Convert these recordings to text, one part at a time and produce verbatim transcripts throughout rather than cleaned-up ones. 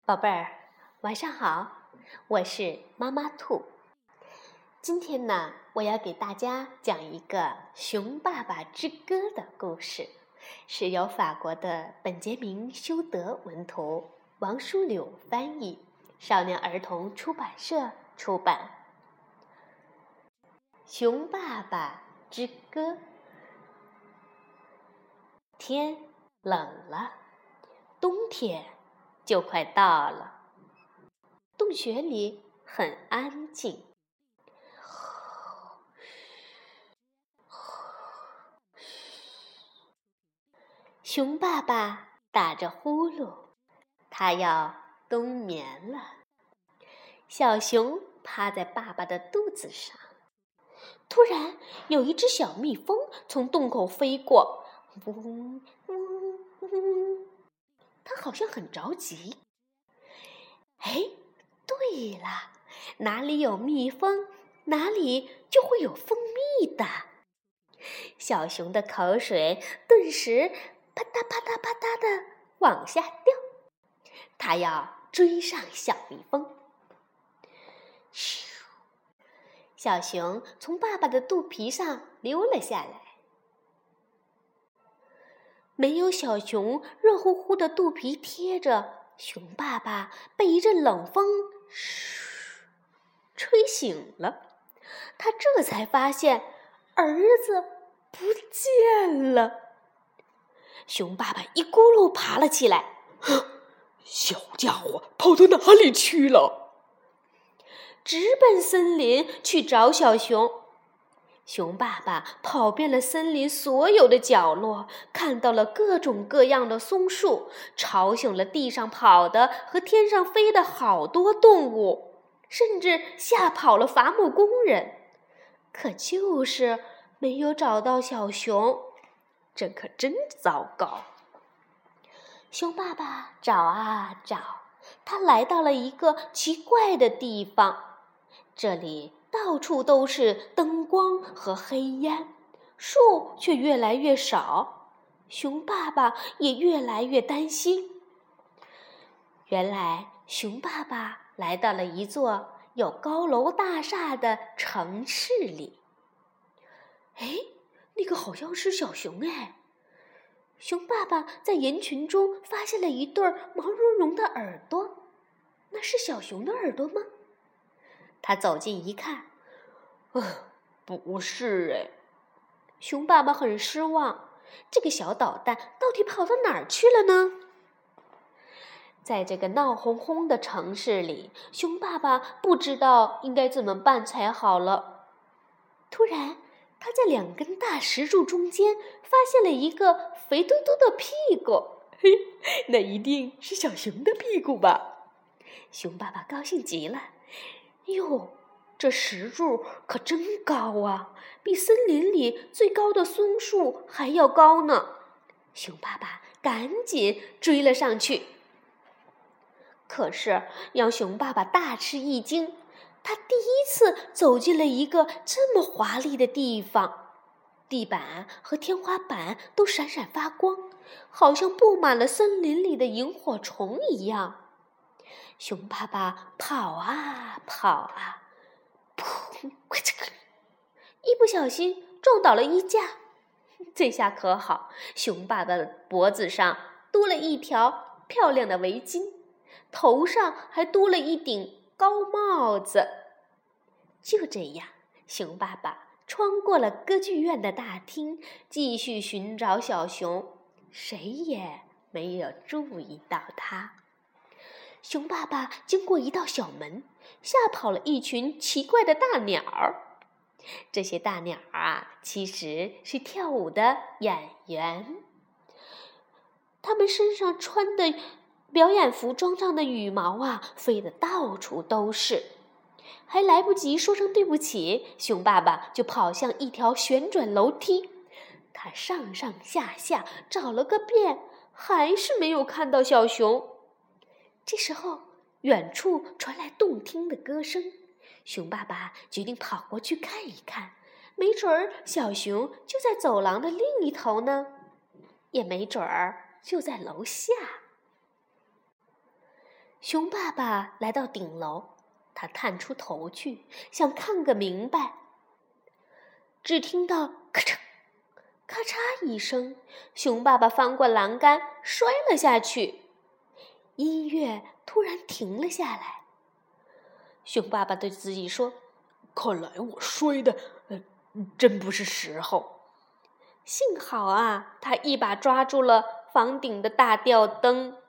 宝贝儿，晚上好，我是妈妈兔。今天呢，我要给大家讲一个《熊爸爸之歌》的故事，是由法国的本杰明·修德文图，王书柳翻译，少年儿童出版社出版。熊爸爸之歌。天冷了，冬天就快到了。洞穴里很安静，熊爸爸打着呼噜，他要冬眠了。小熊趴在爸爸的肚子上，突然有一只小蜜蜂从洞口飞过，嗡嗡嗡，它好像很着急。哎，对了，哪里有蜜蜂，哪里就会有蜂蜜的。小熊的口水顿时啪嗒啪嗒啪嗒地往下掉，它要追上小蜜蜂。咻！小熊从爸爸的肚皮上溜了下来。没有小熊热乎乎的肚皮贴着，熊爸爸被一阵冷风嘘吹醒了。他这才发现儿子不见了。熊爸爸一咕噜爬了起来， 小家伙跑到哪里去了？ 直奔森林去找小熊。熊爸爸跑遍了森林所有的角落，看到了各种各样的松树，吵醒了地上跑的和天上飞的好多动物，甚至吓跑了伐木工人。可就是没有找到小熊，这可真糟糕。熊爸爸找啊找，他来到了一个奇怪的地方，这里到处都是灯光和黑烟，树却越来越少，熊爸爸也越来越担心。原来熊爸爸来到了一座有高楼大厦的城市里。哎，那个好像是小熊哎！熊爸爸在人群中发现了一对毛茸茸的耳朵，那是小熊的耳朵吗？他走近一看， 啊，不是哎！ 熊爸爸很失望，这个小捣蛋到底跑到哪儿去了呢？在这个闹哄哄的城市里，熊爸爸不知道应该怎么办才好了。突然，他在两根大石柱中间发现了一个肥嘟嘟的屁股。 嘿，那一定是小熊的屁股吧？ 熊爸爸高兴极了。哟，这石柱可真高啊，比森林里最高的松树还要高呢。熊爸爸赶紧追了上去。可是让熊爸爸大吃一惊，他第一次走进了一个这么华丽的地方，地板和天花板都闪闪发光，好像布满了森林里的萤火虫一样。熊爸爸跑啊跑啊，噗！一不小心撞倒了衣架。这下可好，熊爸爸的脖子上多了一条漂亮的围巾，头上还多了一顶高帽子。就这样，熊爸爸穿过了歌剧院的大厅，继续寻找小熊，谁也没有注意到他。熊爸爸经过一道小门，吓跑了一群奇怪的大鸟儿。这些大鸟啊，其实是跳舞的演员。他们身上穿的表演服装上的羽毛啊，飞得到处都是。还来不及说声对不起，熊爸爸就跑向一条旋转楼梯。他上上下下找了个遍，还是没有看到小熊。这时候，远处传来动听的歌声，熊爸爸决定跑过去看一看，没准儿小熊就在走廊的另一头呢，也没准儿就在楼下。 熊爸爸来到顶楼，他探出头去，想看个明白。只听到咔嚓咔嚓一声，熊爸爸翻过栏杆，摔了下去。音乐突然停了下来。熊爸爸对自己说：“ 看来我摔的，呃，真不是时候。” 幸好啊，他一把抓住了房顶的大吊灯。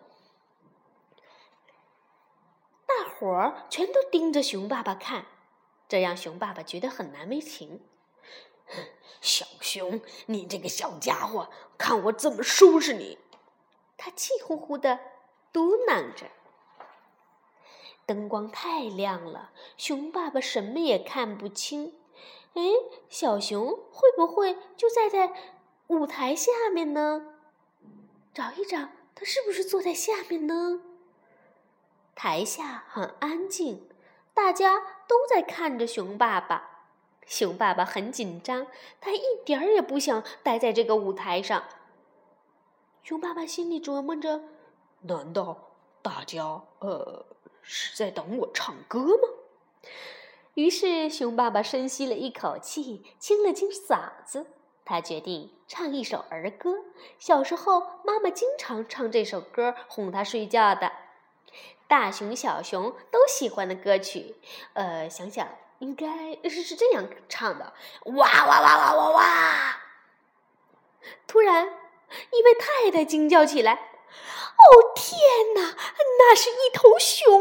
大伙儿全都盯着熊爸爸看，这让熊爸爸觉得很难为情。 小熊，你这个小家伙，看我怎么收拾你！ 他气呼呼地嘟囔着。灯光太亮了，熊爸爸什么也看不清。哎，小熊会不会就站在舞台下面呢？找一找，他是不是坐在下面呢？台下很安静，大家都在看着熊爸爸。熊爸爸很紧张，他一点儿也不想待在这个舞台上。熊爸爸心里琢磨着： 难道大家呃是在等我唱歌吗？ 于是熊爸爸深吸了一口气，清了清嗓子。他决定唱一首儿歌，小时候妈妈经常唱这首歌哄他睡觉的。大熊小熊都喜欢的歌曲，呃，想想应该是是这样唱的：哇哇哇哇哇哇！突然，一位太太惊叫起来：“哦天哪，那是一头熊！”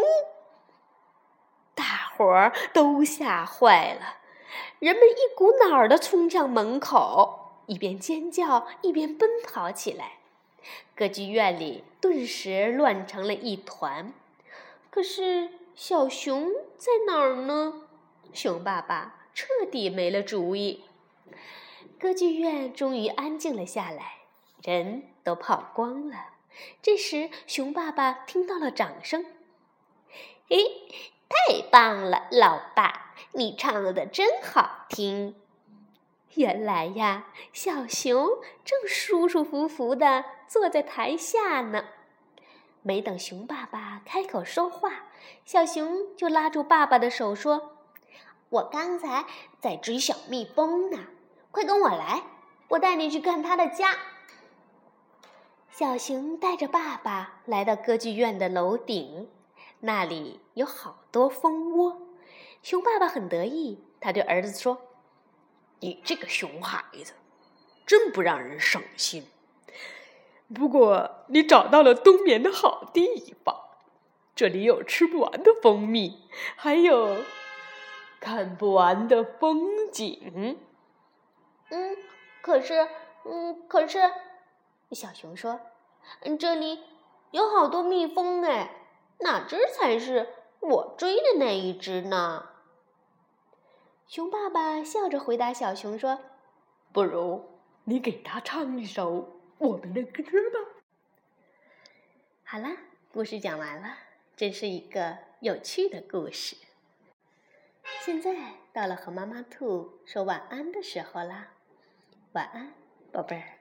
大伙儿都吓坏了，人们一股脑儿地冲向门口，一边尖叫一边奔跑起来。歌剧院里顿时乱成了一团。可是小熊在哪儿呢？熊爸爸彻底没了主意。歌剧院终于安静了下来，人都跑光了。这时熊爸爸听到了掌声。诶，太棒了，老爸，你唱得真好听。原来呀，小熊正舒舒服服地坐在台下呢。没等熊爸爸开口说话，小熊就拉住爸爸的手说：“我刚才在追小蜜蜂呢，快跟我来，我带你去看它的家。”小熊带着爸爸来到歌剧院的楼顶，那里有好多蜂窝。熊爸爸很得意，他对儿子说：“ 你这个熊孩子，真不让人省心。不过你找到了冬眠的好地方，这里有吃不完的蜂蜜，还有看不完的风景。” 嗯，可是，嗯，可是，小熊说：“这里有好多蜜蜂哎，哪只才是我追的那一只呢？”熊爸爸笑着回答小熊说：“ 不如你给他唱一首我们的歌吧。” 好了，故事讲完了，真是一个有趣的故事。现在到了和妈妈兔说晚安的时候啦，晚安，宝贝儿。